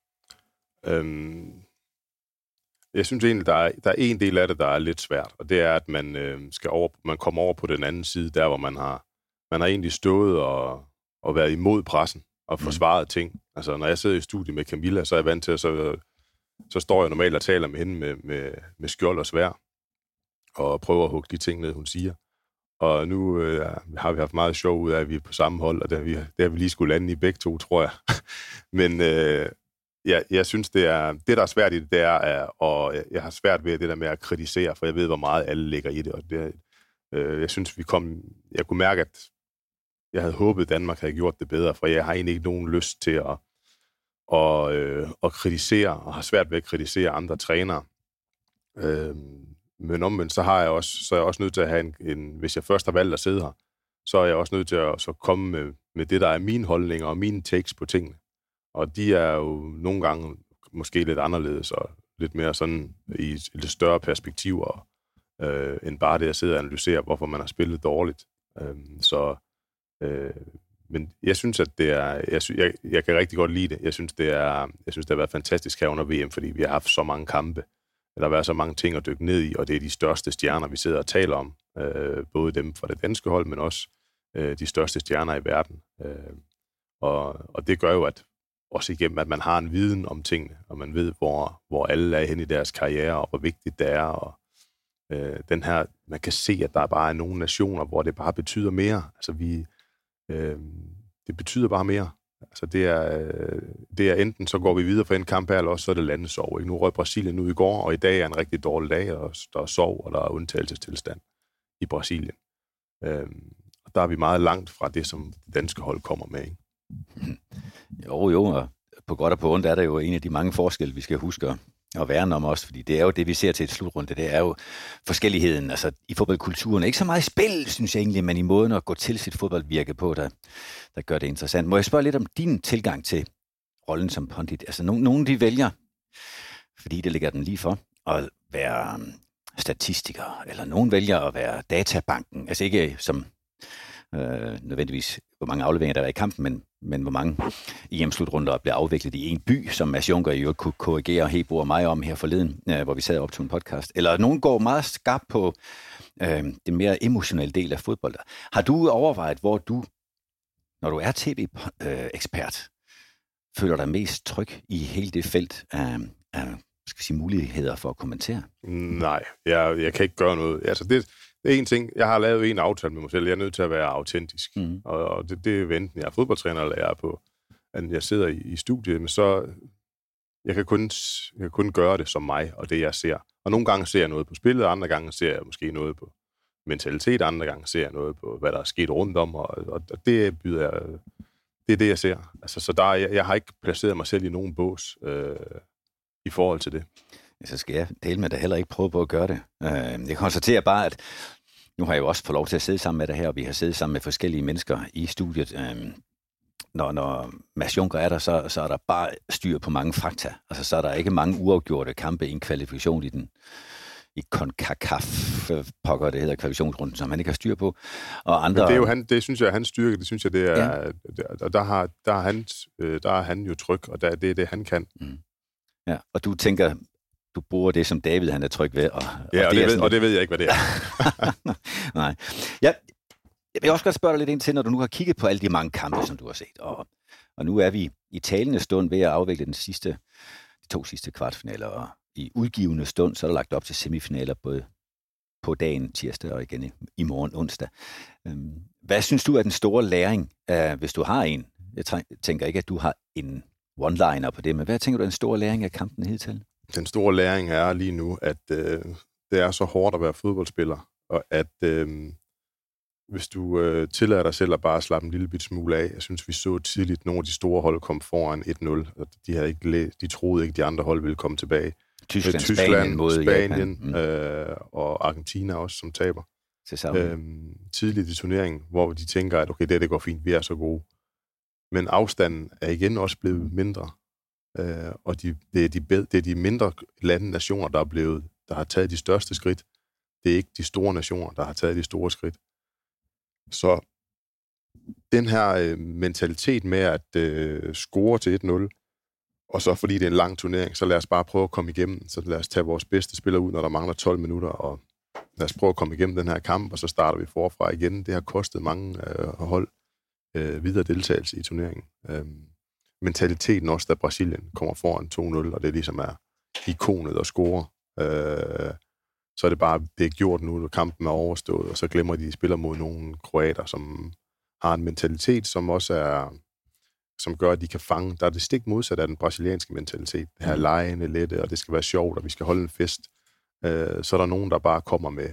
Øhm, jeg synes egentlig, der er, der er en del af det, der er lidt svært, og det er, at man, øh, skal over, man kommer over på den anden side, der hvor man har, man har egentlig stået og, og været imod pressen og forsvaret mm. ting. Altså, når jeg sidder i studiet med Camilla, så er jeg vant til, at så, så står jeg normalt og taler med hende med, med, med skjold og sværd, og prøver at hugge de ting ned, hun siger. Og nu øh, har vi haft meget sjov ud af, at vi er på samme hold, og der vi, der vi lige skulle lande i begge to, tror jeg. Men øh, ja, jeg synes, det er det, der er svært i det, det er, og jeg har svært ved det der med at kritisere, for jeg ved, hvor meget alle ligger i det. Og det øh, jeg synes, vi kom... Jeg kunne mærke, at jeg havde håbet, at Danmark havde gjort det bedre, for jeg har egentlig ikke nogen lyst til at, og, øh, at kritisere, og har svært ved at kritisere andre trænere. Øh, Men omvendt, så har jeg også, så er jeg også nødt til at have en, en, hvis jeg først har valgt at sidde her, så er jeg også nødt til at så komme med, med det, der er mine holdninger og mine takes på tingene. Og de er jo nogle gange måske lidt anderledes og lidt mere sådan i et lidt større perspektiv, og, øh, end bare det at sidde og analysere, hvorfor man har spillet dårligt. Øh, så, øh, men jeg synes, at det er, jeg, sy- jeg, jeg kan rigtig godt lide det. Jeg synes, det er, jeg synes, det har været fantastisk her under V M, fordi vi har haft så mange kampe. Der har været så mange ting at dykke ned i, og det er de største stjerner, vi sidder og taler om. Øh, både dem fra det danske hold, men også øh, de største stjerner i verden. Øh, og, og det gør jo, at også igennem, at man har en viden om tingene, og man ved, hvor, hvor alle er henne i deres karriere, og hvor vigtigt det er. Og øh, den her, man kan se, at der bare er nogle nationer, hvor det bare betyder mere. Altså vi, øh, det betyder bare mere. Altså det er, det er enten så går vi videre for en kamp her, eller også så er det landesov. Ikke? Nu røg Brasilien ud i går, og i dag er en rigtig dårlig dag, og der er sov, og der er undtagelsestilstand i Brasilien. Øhm, og der er vi meget langt fra det, som det danske hold kommer med. Ikke? Jo, jo, og på godt og på ondt er der jo en af de mange forskelle, vi skal huske at, at værne om også, fordi det er jo det, vi ser til et slutrunde, det er jo forskelligheden, altså i fodboldkulturen. Ikke så meget spil, synes jeg egentlig, men i måden at gå til sit fodboldvirke på, der, der gør det interessant. Må jeg spørge lidt om din tilgang til rollen som pundit? Altså no- nogle de vælger, fordi det ligger den lige for, at være statistiker, eller nogen vælger at være databanken, altså ikke som øh, nødvendigvis, hvor mange afleveringer der er i kampen, men, men hvor mange E M-slutrunder bliver afviklet i en by, som Mads Juncker jo kunne korrigere Hebo og mig om her forleden, øh, hvor vi sad op til en podcast. Eller nogen går meget skarpt på øh, det mere emotionelle del af fodbold. Har du overvejet, hvor du, når du er tv-ekspert, føler dig mest tryg i hele det felt af, af skal vi sige, muligheder for at kommentere? Nej, jeg, jeg kan ikke gøre noget. Altså det, det er en ting. Jeg har lavet en aftale med mig selv. Jeg er nødt til at være autentisk. Mm. Og, og det, det er enten jeg er fodboldtræner, eller jeg er på, at jeg sidder i, i studiet, men så jeg kan, kun, jeg kan kun gøre det som mig, og det jeg ser. Og nogle gange ser jeg noget på spillet, andre gange ser jeg måske noget på mentalitet, andre gange ser jeg noget på, hvad der er sket rundt om, og, og, og det byder jeg, det er det, jeg ser. Altså, så der, jeg, jeg har ikke placeret mig selv i nogen bås øh, i forhold til det. Så skal jeg dele med dig heller ikke prøve på at gøre det. Jeg konstaterer bare, at nu har jeg jo også fået lov til at sidde sammen med dig her, og vi har siddet sammen med forskellige mennesker i studiet. Når, når Mads Juncker er der, så, så er der bare styr på mange fakta. Altså, så er der ikke mange uafgjorte kampe i en kvalifikation i den i CONCACAF, pokker det hedder, kvalifikationsrunden, som han ikke har styr på. Og andre... Men det er jo han, det synes jeg er hans styrke, det synes jeg, det er, ja. Og der, har, der, er han, der er han jo tryg, og der, det er det, han kan. Mm. Ja, og du tænker, du bruger det, som David han er tryg ved. Og, ja, og, og, det, det ved, og det ved jeg ikke, hvad det er. Nej. Ja, jeg vil også godt spørge dig lidt ind til, når du nu har kigget på alle de mange kampe, som du har set. Og, og nu er vi i talende stund ved at afvikle den sidste, de to sidste kvartfinaler, og i udgivende stund, så er der lagt op til semifinaler både på dagen tirsdag og igen i, i morgen onsdag. Øhm, hvad synes du er den store læring, øh, hvis du har en? Jeg tænker ikke, at du har en one-liner på det, men hvad tænker du er den store læring af kampen hidtil? Den store læring er lige nu, at øh, det er så hårdt at være fodboldspiller, og at øh, hvis du øh, tillader dig selv at bare slappe en lille bit smule af, jeg synes, vi så tidligt, nogle af de store hold kom foran et nul, og de, havde ikke læ- de troede ikke, de andre hold ville komme tilbage. Tyskland, Tyskland Spanien, mod Spanien mm. øh, og Argentina også, som taber. Øhm, tidligt i turneringen, hvor de tænker, at okay, det, det går fint, vi er så gode. Men afstanden er igen også blevet mindre. Øh, og de, det, er de, det er de mindre lande, nationer, der er blevet, der har taget de største skridt. Det er ikke de store nationer, der har taget de store skridt. Så den her øh, mentalitet med at øh, score til et nul, og så fordi det er en lang turnering, så lad os bare prøve at komme igennem. Så lad os tage vores bedste spillere ud, når der mangler tolv minutter, og lad os prøve at komme igennem den her kamp, og så starter vi forfra igen. Det har kostet mange øh, hold øh, videre deltagelse i turneringen. Øh, mentaliteten også, da Brasilien kommer foran to nul, og det ligesom er ikonet at score. Øh, så er det bare, det er gjort nu, når kampen er overstået, og så glemmer de, de spiller mod nogle kroater, som har en mentalitet, som også er, som gør, at de kan fange. Der er det stik modsat af den brasilianske mentalitet. Det her legende, lette, og det skal være sjovt, og vi skal holde en fest. Øh, så er der nogen, der bare kommer med,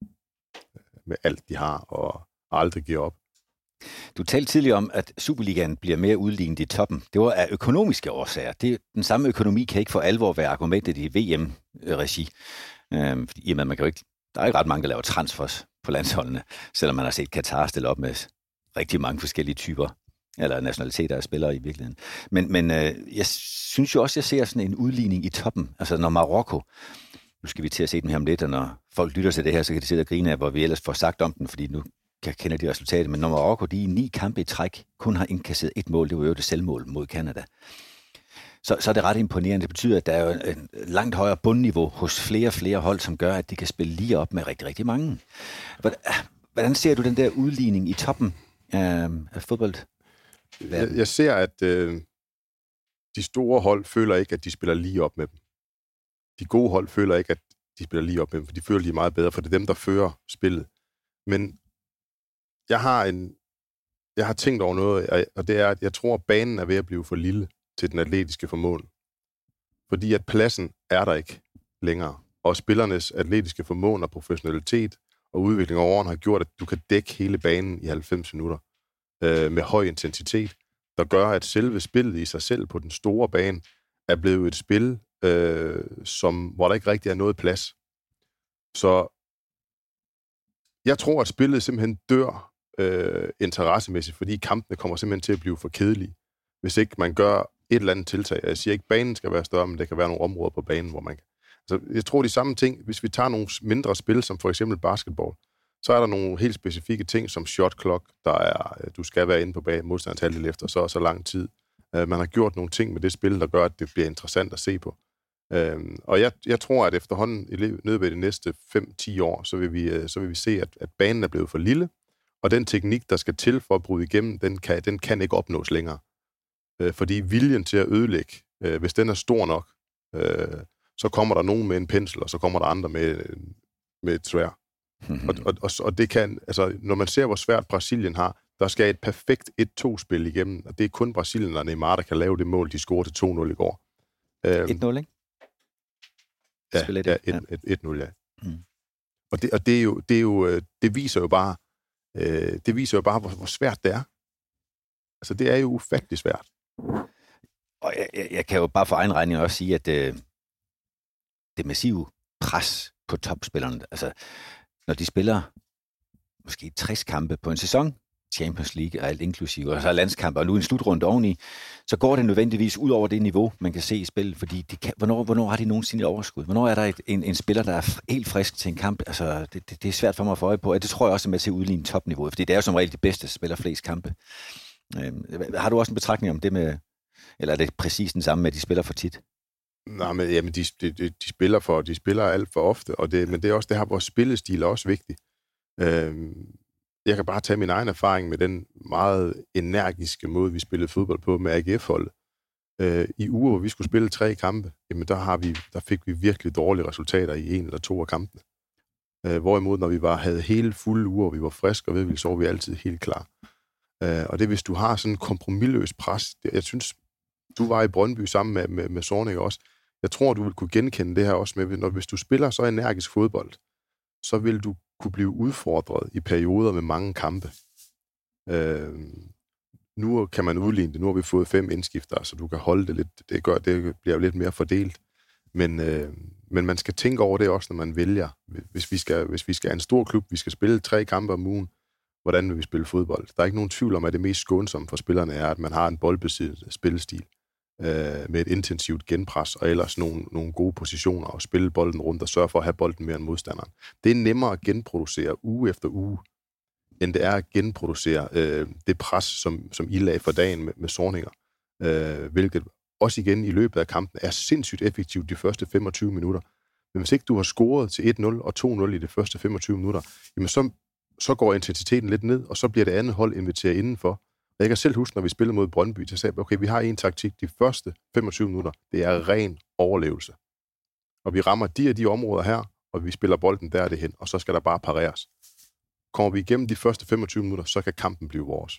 med alt, de har, og aldrig giver op. Du talte tidligere om, at Superligaen bliver mere udlignet i toppen. Det var af økonomiske årsager. Det, den samme økonomi kan ikke for alvor være argumentet i V M-regi. Øh, I og med, man kan jo ikke, der er ikke ret mange, der laver transfers på landsholdene, selvom man har set Katar stille op med rigtig mange forskellige typer, eller nationaliteter af spillere i virkeligheden. Men, men øh, jeg synes jo også, jeg ser sådan en udligning i toppen. Altså når Marokko, nu skal vi til at se dem her om lidt, og når folk lytter til det her, så kan de sidde og grine af, hvor vi ellers får sagt om den, fordi nu kender de resultatet. Men når Marokko, de i ni kampe i træk, kun har indkasseret et mål, det var jo det selvmål mod Canada. Så, så er det ret imponerende. Det betyder, at der er jo en langt højere bundniveau hos flere og flere hold, som gør, at de kan spille lige op med rigtig, rigtig mange. Hvordan ser du den der udligning i toppen af, af fodbold? Jeg, jeg ser, at øh, de store hold føler ikke, at de spiller lige op med dem. De gode hold føler ikke, at de spiller lige op med dem, for de føler, de er meget bedre, for det er dem, der fører spillet. Men jeg har, en, jeg har tænkt over noget, og det er, at jeg tror, at banen er ved at blive for lille til den atletiske formåen. Fordi at pladsen er der ikke længere. Og spillernes atletiske formåen og professionalitet og udvikling over årene har gjort, at du kan dække hele banen i halvfems minutter øh, med høj intensitet, der gør, at selve spillet i sig selv på den store bane er blevet et spil, øh, som, hvor der ikke rigtig er noget plads. Så jeg tror, at spillet simpelthen dør øh, interessemæssigt, fordi kampene kommer simpelthen til at blive for kedelige, hvis ikke man gør et eller andet tiltag. Jeg siger ikke, at banen skal være større, men der kan være nogle områder på banen, hvor man kan. Altså, jeg tror, de samme ting, hvis vi tager nogle mindre spil, som for eksempel basketball, så er der nogle helt specifikke ting, som shot clock, der er, du skal være inde på bag modstanders halvdel efter så og så lang tid. Uh, man har gjort nogle ting med det spil, der gør, at det bliver interessant at se på. Uh, og jeg, jeg tror, at efterhånden i løbet af de næste fem til ti år, så vil vi, uh, så vil vi se, at, at banen er blevet for lille, og den teknik, der skal til for at bryde igennem, den kan, den kan ikke opnås længere. Uh, fordi viljen til at ødelægge, uh, hvis den er stor nok, uh, så kommer der nogen med en pensel, og så kommer der andre med, med et sværd. Mm-hmm. Og, og, og det kan, altså, når man ser, hvor svært Brasilien har, der skal et perfekt et to-spil igennem, og det er kun Brasilien og Neymar, der kan lave det mål, de scorede til to nul i går. et nul, ikke? Ja, ja, et nul, ja. Mm. Og, det, og det, er jo, det, er jo, det viser jo bare, øh, det viser jo bare, hvor, hvor svært det er. Altså, det er jo ufattelig svært. Og jeg, jeg, jeg kan jo bare for egen regning også sige, at øh, det massive pres på topspillerne, altså når de spiller måske tres kampe på en sæson, Champions League og alt inklusive, og så landskampe, og nu en slutrunde oveni, så går det nødvendigvis ud over det niveau, man kan se i spillet, fordi de kan, hvornår, hvornår har de nogensinde et overskud? Hvornår er der et, en, en spiller, der er helt frisk til en kamp? Altså, det, det, det er svært for mig at få øje på, og det tror jeg også er med til at udligne topniveauet, fordi det er jo som regel de bedste, der spiller flest kampe. Øhm, har du også en betragtning om det med, eller er det præcis den samme med, at de spiller for tit? Nej, men jamen, de, de, de, spiller for, de spiller alt for ofte, og det, men det er også det her, vores spillestil er også vigtig. Øhm, jeg kan bare tage min egen erfaring med den meget energiske måde, vi spillede fodbold på med A G F-holdet. Øh, I uger, hvor vi skulle spille tre kampe, jamen der, har vi, der fik vi virkelig dårlige resultater i en eller to af kampene. Øh, hvorimod, når vi var, havde hele fulde uger, og vi var friske og ved, så var vi altid helt klar. Øh, og det hvis du har sådan en kompromisløs pres, det, jeg synes, du var i Brøndby sammen med, med, med Zornig også. Jeg tror, du vil kunne genkende det her også med, når hvis du spiller så energisk fodbold, så vil du kunne blive udfordret i perioder med mange kampe. Øh, nu kan man udligne det. Nu har vi fået fem indskifter, så du kan holde det lidt. Det, gør, det bliver lidt mere fordelt. Men, øh, men man skal tænke over det også, når man vælger. Hvis vi skal, hvis vi skal have en stor klub, vi skal spille tre kampe om ugen, hvordan vil vi spille fodbold? Der er ikke nogen tvivl om, at det mest skånsomme for spillerne er, at man har en boldbesiddet spillestil øh, med et intensivt genpres, og ellers nogle, nogle gode positioner, og spille bolden rundt og sørge for at have bolden mere end modstanderen. Det er nemmere at genproducere uge efter uge, end det er at genproducere øh, det pres, som, som I lagde for dagen med, med Zorniger, øh, hvilket også igen i løbet af kampen er sindssygt effektivt de første femogtyve minutter. Men hvis ikke du har scoret til et nul og to nul i de første femogtyve minutter, jamen så, så går intensiteten lidt ned, og så bliver det andet hold inviteret indenfor. Og jeg kan selv huske, når vi spillede mod Brøndby, så sagde jeg, okay, vi har en taktik. De første femogtyve minutter, det er ren overlevelse. Og vi rammer de af de områder her, og vi spiller bolden der det hen, og så skal der bare pareres. Kommer vi igennem de første femogtyve minutter, så kan kampen blive vores.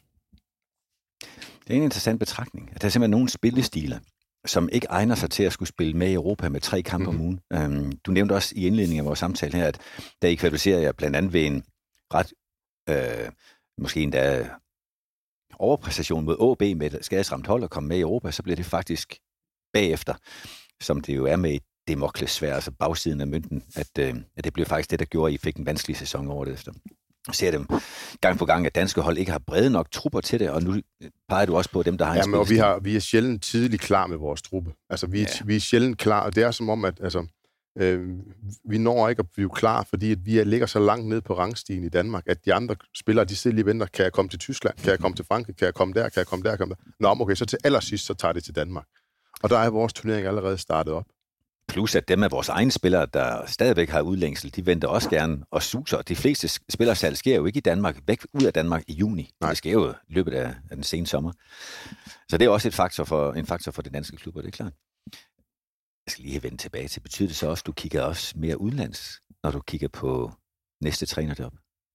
Det er en interessant betragtning. At der er simpelthen nogle spillestiler, som ikke egner sig til at skulle spille med i Europa med tre kampe mm-hmm. om ugen. Um, du nævnte også i indledningen af vores samtale her, at da I kvalificerer jer blandt andet ved en ret, øh, måske endda overpræstation mod A B med et skadesramt hold og komme med i Europa, så bliver det faktisk bagefter, som det jo er med et Damokles sværd, altså bagsiden af mønten, at, øh, at det blev faktisk det, der gjorde, at I fik en vanskelig sæson over det efter. Jeg ser dem gang på gang, at danske hold ikke har brede nok trupper til det, og nu peger du også på dem, der har en ja, men, og vi, har, vi er sjældent tidligt klar med vores truppe. Altså, vi, ja. vi er sjældent klar, og det er som om, at altså, øh, vi når ikke at blive klar, fordi at vi ligger så langt ned på rangstigen i Danmark, at de andre spillere, de sidder lige venter, kan jeg komme til Tyskland, kan jeg komme til Frankrig, kan jeg komme der, kan jeg komme der, kan jeg komme der. Nå, okay, så til allersidst, så tager det til Danmark. Og der er vores turnering allerede startet op. Plus at dem af vores egne spillere, der stadigvæk har udlængsel, de venter også gerne og suser. De fleste spillersalg sker jo ikke i Danmark, væk ud af Danmark i juni. Nej. Det sker jo i løbet af, af den sene sommer. Så det er også et faktor for, en faktor for de danske klubber, det er klart. Jeg skal lige vende tilbage til. Betyder det så også, at du kigger også mere udenlands, når du kigger på næste trænerjob?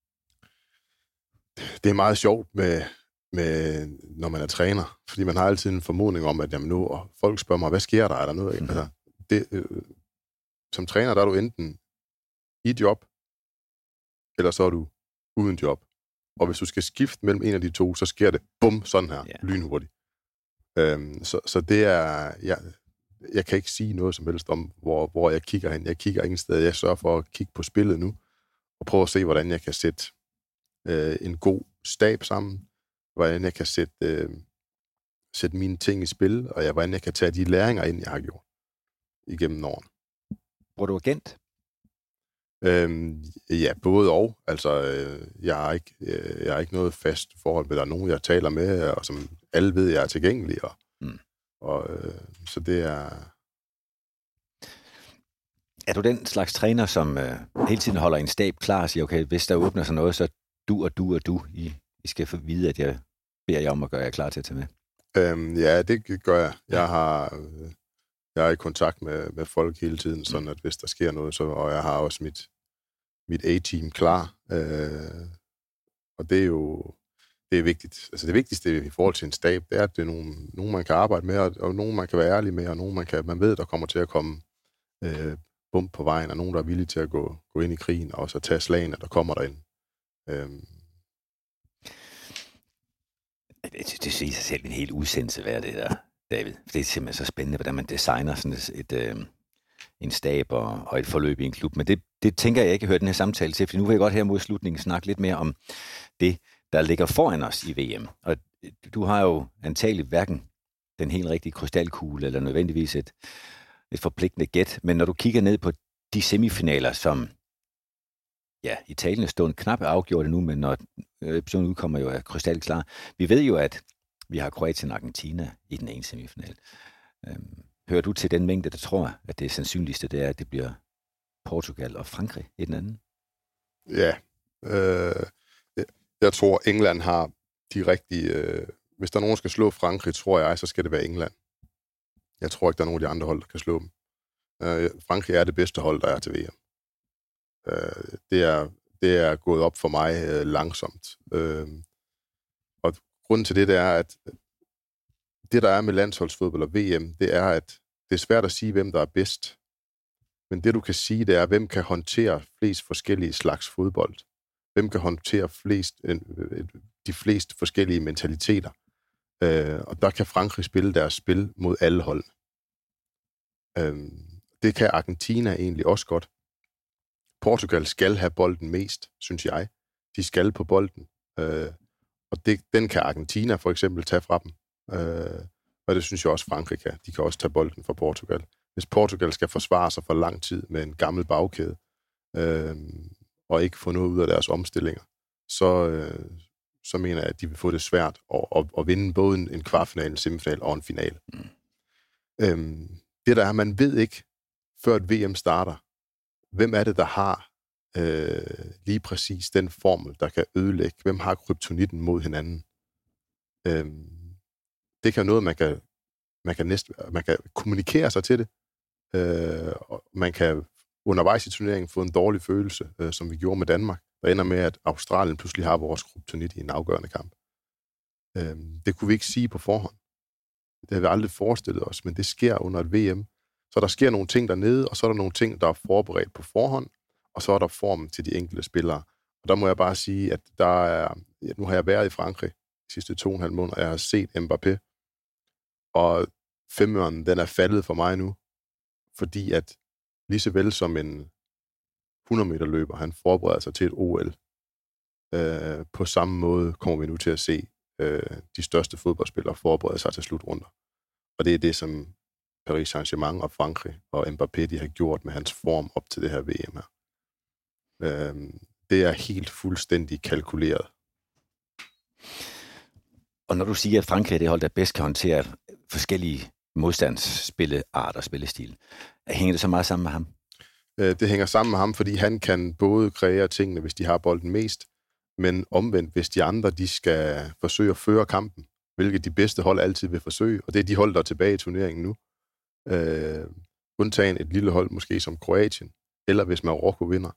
Det er meget sjovt, med, med, når man er træner, fordi man har altid en formodning om, at jamen nu, og folk spørger mig, hvad sker der? Er der noget? Mm. Altså, det, øh, som træner, der er du enten i job, eller så er du uden job. Og hvis du skal skifte mellem en af de to, så sker det bum, sådan her, yeah. lynhurtigt. Øhm, så, så det er... Jeg, jeg kan ikke sige noget som helst om, hvor, hvor jeg kigger hen. Jeg kigger ingen sted. Jeg sørger for at kigge på spillet nu, og prøve at se, hvordan jeg kan sætte øh, en god stab sammen, hvordan jeg kan sætte, øh, sætte mine ting i spil, og jeg, hvordan jeg kan tage de læringer ind, jeg har gjort igennem årene. Hvor du agent? Øhm, ja, både og. Altså, øh, jeg, har ikke, øh, jeg har ikke noget fast forhold med, der er nogen, jeg taler med, og som alle ved, jeg er tilgængelig, og, mm. og øh, så det er... Er du den slags træner, som øh, hele tiden holder en stab klar og siger, okay, hvis der åbner sig noget, så du og du og du, I, I skal få vide, at jeg beder jer om at gøre jer klar til at tage med? Øhm, ja, det gør jeg. Jeg har... Øh, Jeg er i kontakt med, med folk hele tiden, sådan at hvis der sker noget, så, og jeg har også mit, mit A-team klar. Øh, og det er jo det er vigtigt. Altså det vigtigste i forhold til en stab, det er, at det er nogen, nogen man kan arbejde med, og, og nogen man kan være ærlig med, og nogen man, kan, man ved, der kommer til at komme øh, bump på vejen, og nogen, der er villige til at gå, gå ind i krigen, og så tage slagene, der kommer derind. Øh. Det, det siger sig selv en helt udsendelse, hvad er det der? David. Det er simpelthen så spændende, hvordan man designer sådan et, et, øh, en stab og, og et forløb i en klub. Men det, det tænker jeg ikke, at høre den her samtale til, for nu vil jeg godt her mod slutningen snakke lidt mere om det, der ligger foran os i V M. Og du har jo antageligt hverken den helt rigtige krystalkugle, eller nødvendigvis et, et forpligtende gæt, men når du kigger ned på de semifinaler, som ja, i talende stund knap er afgjort nu, men når episoden udkommer jo er krystalklar. Vi ved jo, at vi har Kroatien og Argentina i den ene semifinal. Øhm, hører du til den mængde, der tror, at det sandsynligste det er, at det bliver Portugal og Frankrig i den anden? Ja. Øh, jeg tror, England har de rigtige... Øh, hvis der er nogen, der skal slå Frankrig, tror jeg, så skal det være England. Jeg tror ikke, der er nogen af de andre hold, der kan slå dem. Øh, Frankrig er det bedste hold, der er til V M. Øh, det, er, det er gået op for mig øh, langsomt. Øh, og grunden til det, det er, at det, der er med landsholdsfodbold og V M, det er, at det er svært at sige, hvem der er bedst. Men det, du kan sige, det er, hvem kan håndtere flest forskellige slags fodbold. Hvem kan håndtere flest, de flest forskellige mentaliteter. Og der kan Frankrig spille deres spil mod alle hold. Det kan Argentina egentlig også godt. Portugal skal have bolden mest, synes jeg. De skal på bolden. Og det, den kan Argentina for eksempel tage fra dem. Og det synes jeg også Frankrig kan. De kan også tage bolden fra Portugal. Hvis Portugal skal forsvare sig for lang tid med en gammel bagkæde, øh, og ikke få noget ud af deres omstillinger, så, øh, så mener jeg, at de vil få det svært at, at, at vinde både en, en kvartfinal, en semifinal og en finale. Mm. Øh, det der er, man ved ikke, før et V M starter, hvem er det, der har øh, lige præcis den formel, der kan ødelægge? Hvem har kryptonitten mod hinanden? Øh, det kan noget, man kan, man kan, næste, man kan kommunikere sig til det. Øh, og man kan undervejs i turneringen få en dårlig følelse, øh, som vi gjorde med Danmark, der ender med, at Australien pludselig har vores kryptonit i en afgørende kamp. Øh, det kunne vi ikke sige på forhånd. Det har vi aldrig forestillet os, men det sker under et V M. Så der sker nogle ting dernede, og så er der nogle ting, der er forberedt på forhånd, og så er der formen til de enkelte spillere. Og der må jeg bare sige, at der er, ja, nu har jeg været i Frankrig de sidste to og en halv måneder, og jeg har set Mbappé, og femøren, den er faldet for mig nu, fordi at lige så vel som en hundrede meter løber, han forbereder sig til et O L. Øh, på samme måde kommer vi nu til at se øh, de største fodboldspillere forberede sig til slutrunder. Og det er det, som Paris Saint-Germain og Frankrig og Mbappé, de har gjort med hans form op til det her V M her. Øh, det er helt fuldstændig kalkuleret. Og når du siger, at Frankrig er det hold, der bedst kan håndtere forskellige modstandsspilleart og spillestil, hænger det så meget sammen med ham? Det hænger sammen med ham, fordi han kan både kreere tingene, hvis de har bolden mest, men omvendt, hvis de andre de skal forsøge at føre kampen, hvilket de bedste hold altid vil forsøge, og det er de hold, der er tilbage i turneringen nu. Øh, undtagen et lille hold, måske som Kroatien, eller hvis Marokko vinder.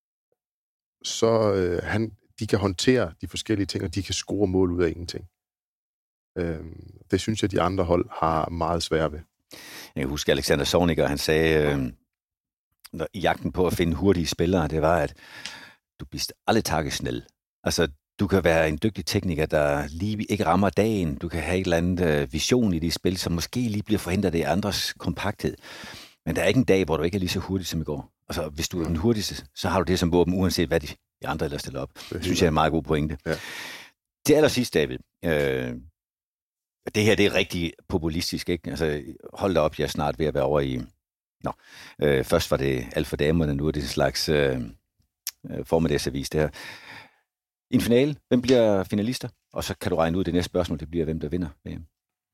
Så øh, han, de kan håndtere de forskellige ting, og de kan score mål ud af ingenting. Øh, det synes jeg, de andre hold har meget svært ved. Jeg husker Alexander Zorniger, han sagde, øh, når, i jagten på at finde hurtige spillere, det var, at du bliver alle takke snel. Altså, du kan være en dygtig tekniker, der lige ikke rammer dagen. Du kan have et eller andet øh, vision i dit spil, som måske lige bliver forhindret af andres kompakthed. Men der er ikke en dag, hvor du ikke er lige så hurtig som i går. Altså, hvis du er den hurtigste, så har du det som våben, uanset hvad de andre ellers stiller op. Det synes jeg er en meget god pointe. Ja. Til allersidst, David, øh, det her, det er rigtig populistisk, ikke? Altså, hold da op, jeg er snart ved at være over i... Nå, øh, først var det alt for damerne, nu er det en slags øh, formiddagsavis, det her. I en finale, hvem bliver finalister? Og så kan du regne ud, det næste spørgsmål, det bliver, hvem der vinder V M.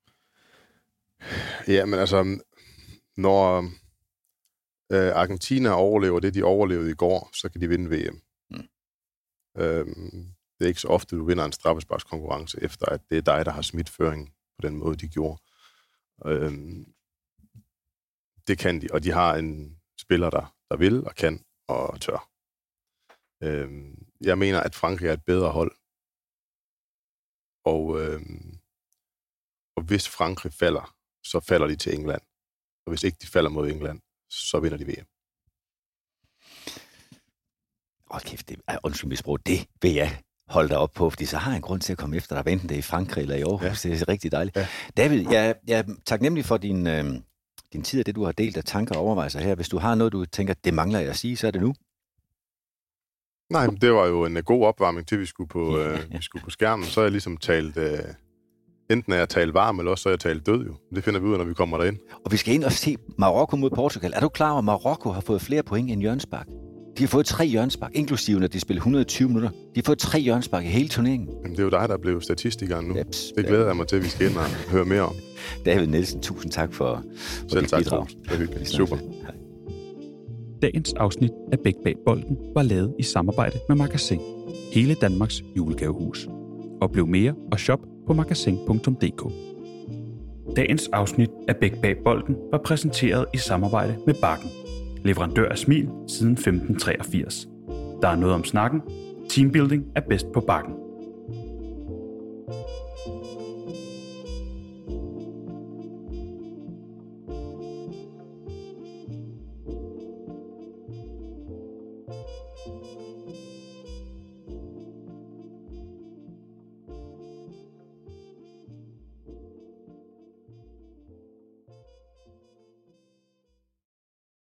Ja, men altså, når øh, Argentina overlever det, de overlevede i går, så kan de vinde V M. Mm. Øhm, det er ikke så ofte, du vinder en straffesparkskonkurrence, efter at det er dig, der har smidt føringen på den måde, de gjorde. Øhm, det kan de, og de har en spiller, der, der vil og kan og tør. Øhm, jeg mener, at Frankrig er et bedre hold. Og, øhm, og hvis Frankrig falder, så falder de til England. Og hvis ikke de falder mod England, så vinder de V M. Åh, kæft, det er undskyld mit sprog. Det vil jeg holde dig op på, fordi så har jeg en grund til at komme efter dig, enten det er i Frankrig eller i Aarhus. Ja. Det er rigtig dejligt. Ja. David, jeg, jeg er taknemmelig for din, øh, din tid og det, du har delt af tanker og overvejelser her. Hvis du har noget, du tænker, det mangler jeg at sige, så er det nu. Nej, men det var jo en god opvarmning til, vi skulle på, ja, ja. Øh, vi skulle på skærmen. Så er jeg ligesom talt... Øh, enten er jeg talt varm, eller også så er jeg talt død jo. Det finder vi ud af, når vi kommer derind. Og vi skal ind og se Marokko mod Portugal. Er du klar over, at Marokko har fået flere point end hjørnespark? De har fået tre hjørnespark, inklusive når de spiller et hundrede og tyve minutter. De har fået tre hjørnespark i hele turneringen. Jamen, det er jo dig, der blev statistikeren nu. Jeps, det glæder jeg mig til, at vi skal ind og høre mere om. David Nielsen, tusind tak for, for Selv dit tak, bidrag. Det er hyggeligt. Super. Hej. Dagens afsnit af Bæk bag bolden var lavet i samarbejde med Magasin, hele Danmarks julegavehus. Oplev mere og shop på magasin punktum d k. Dagens afsnit af Bæk bag bolden var præsenteret i samarbejde med Bakken. leverandør af smil siden femten treogfirs. Der er noget om snakken. Teambuilding er bedst på bakken.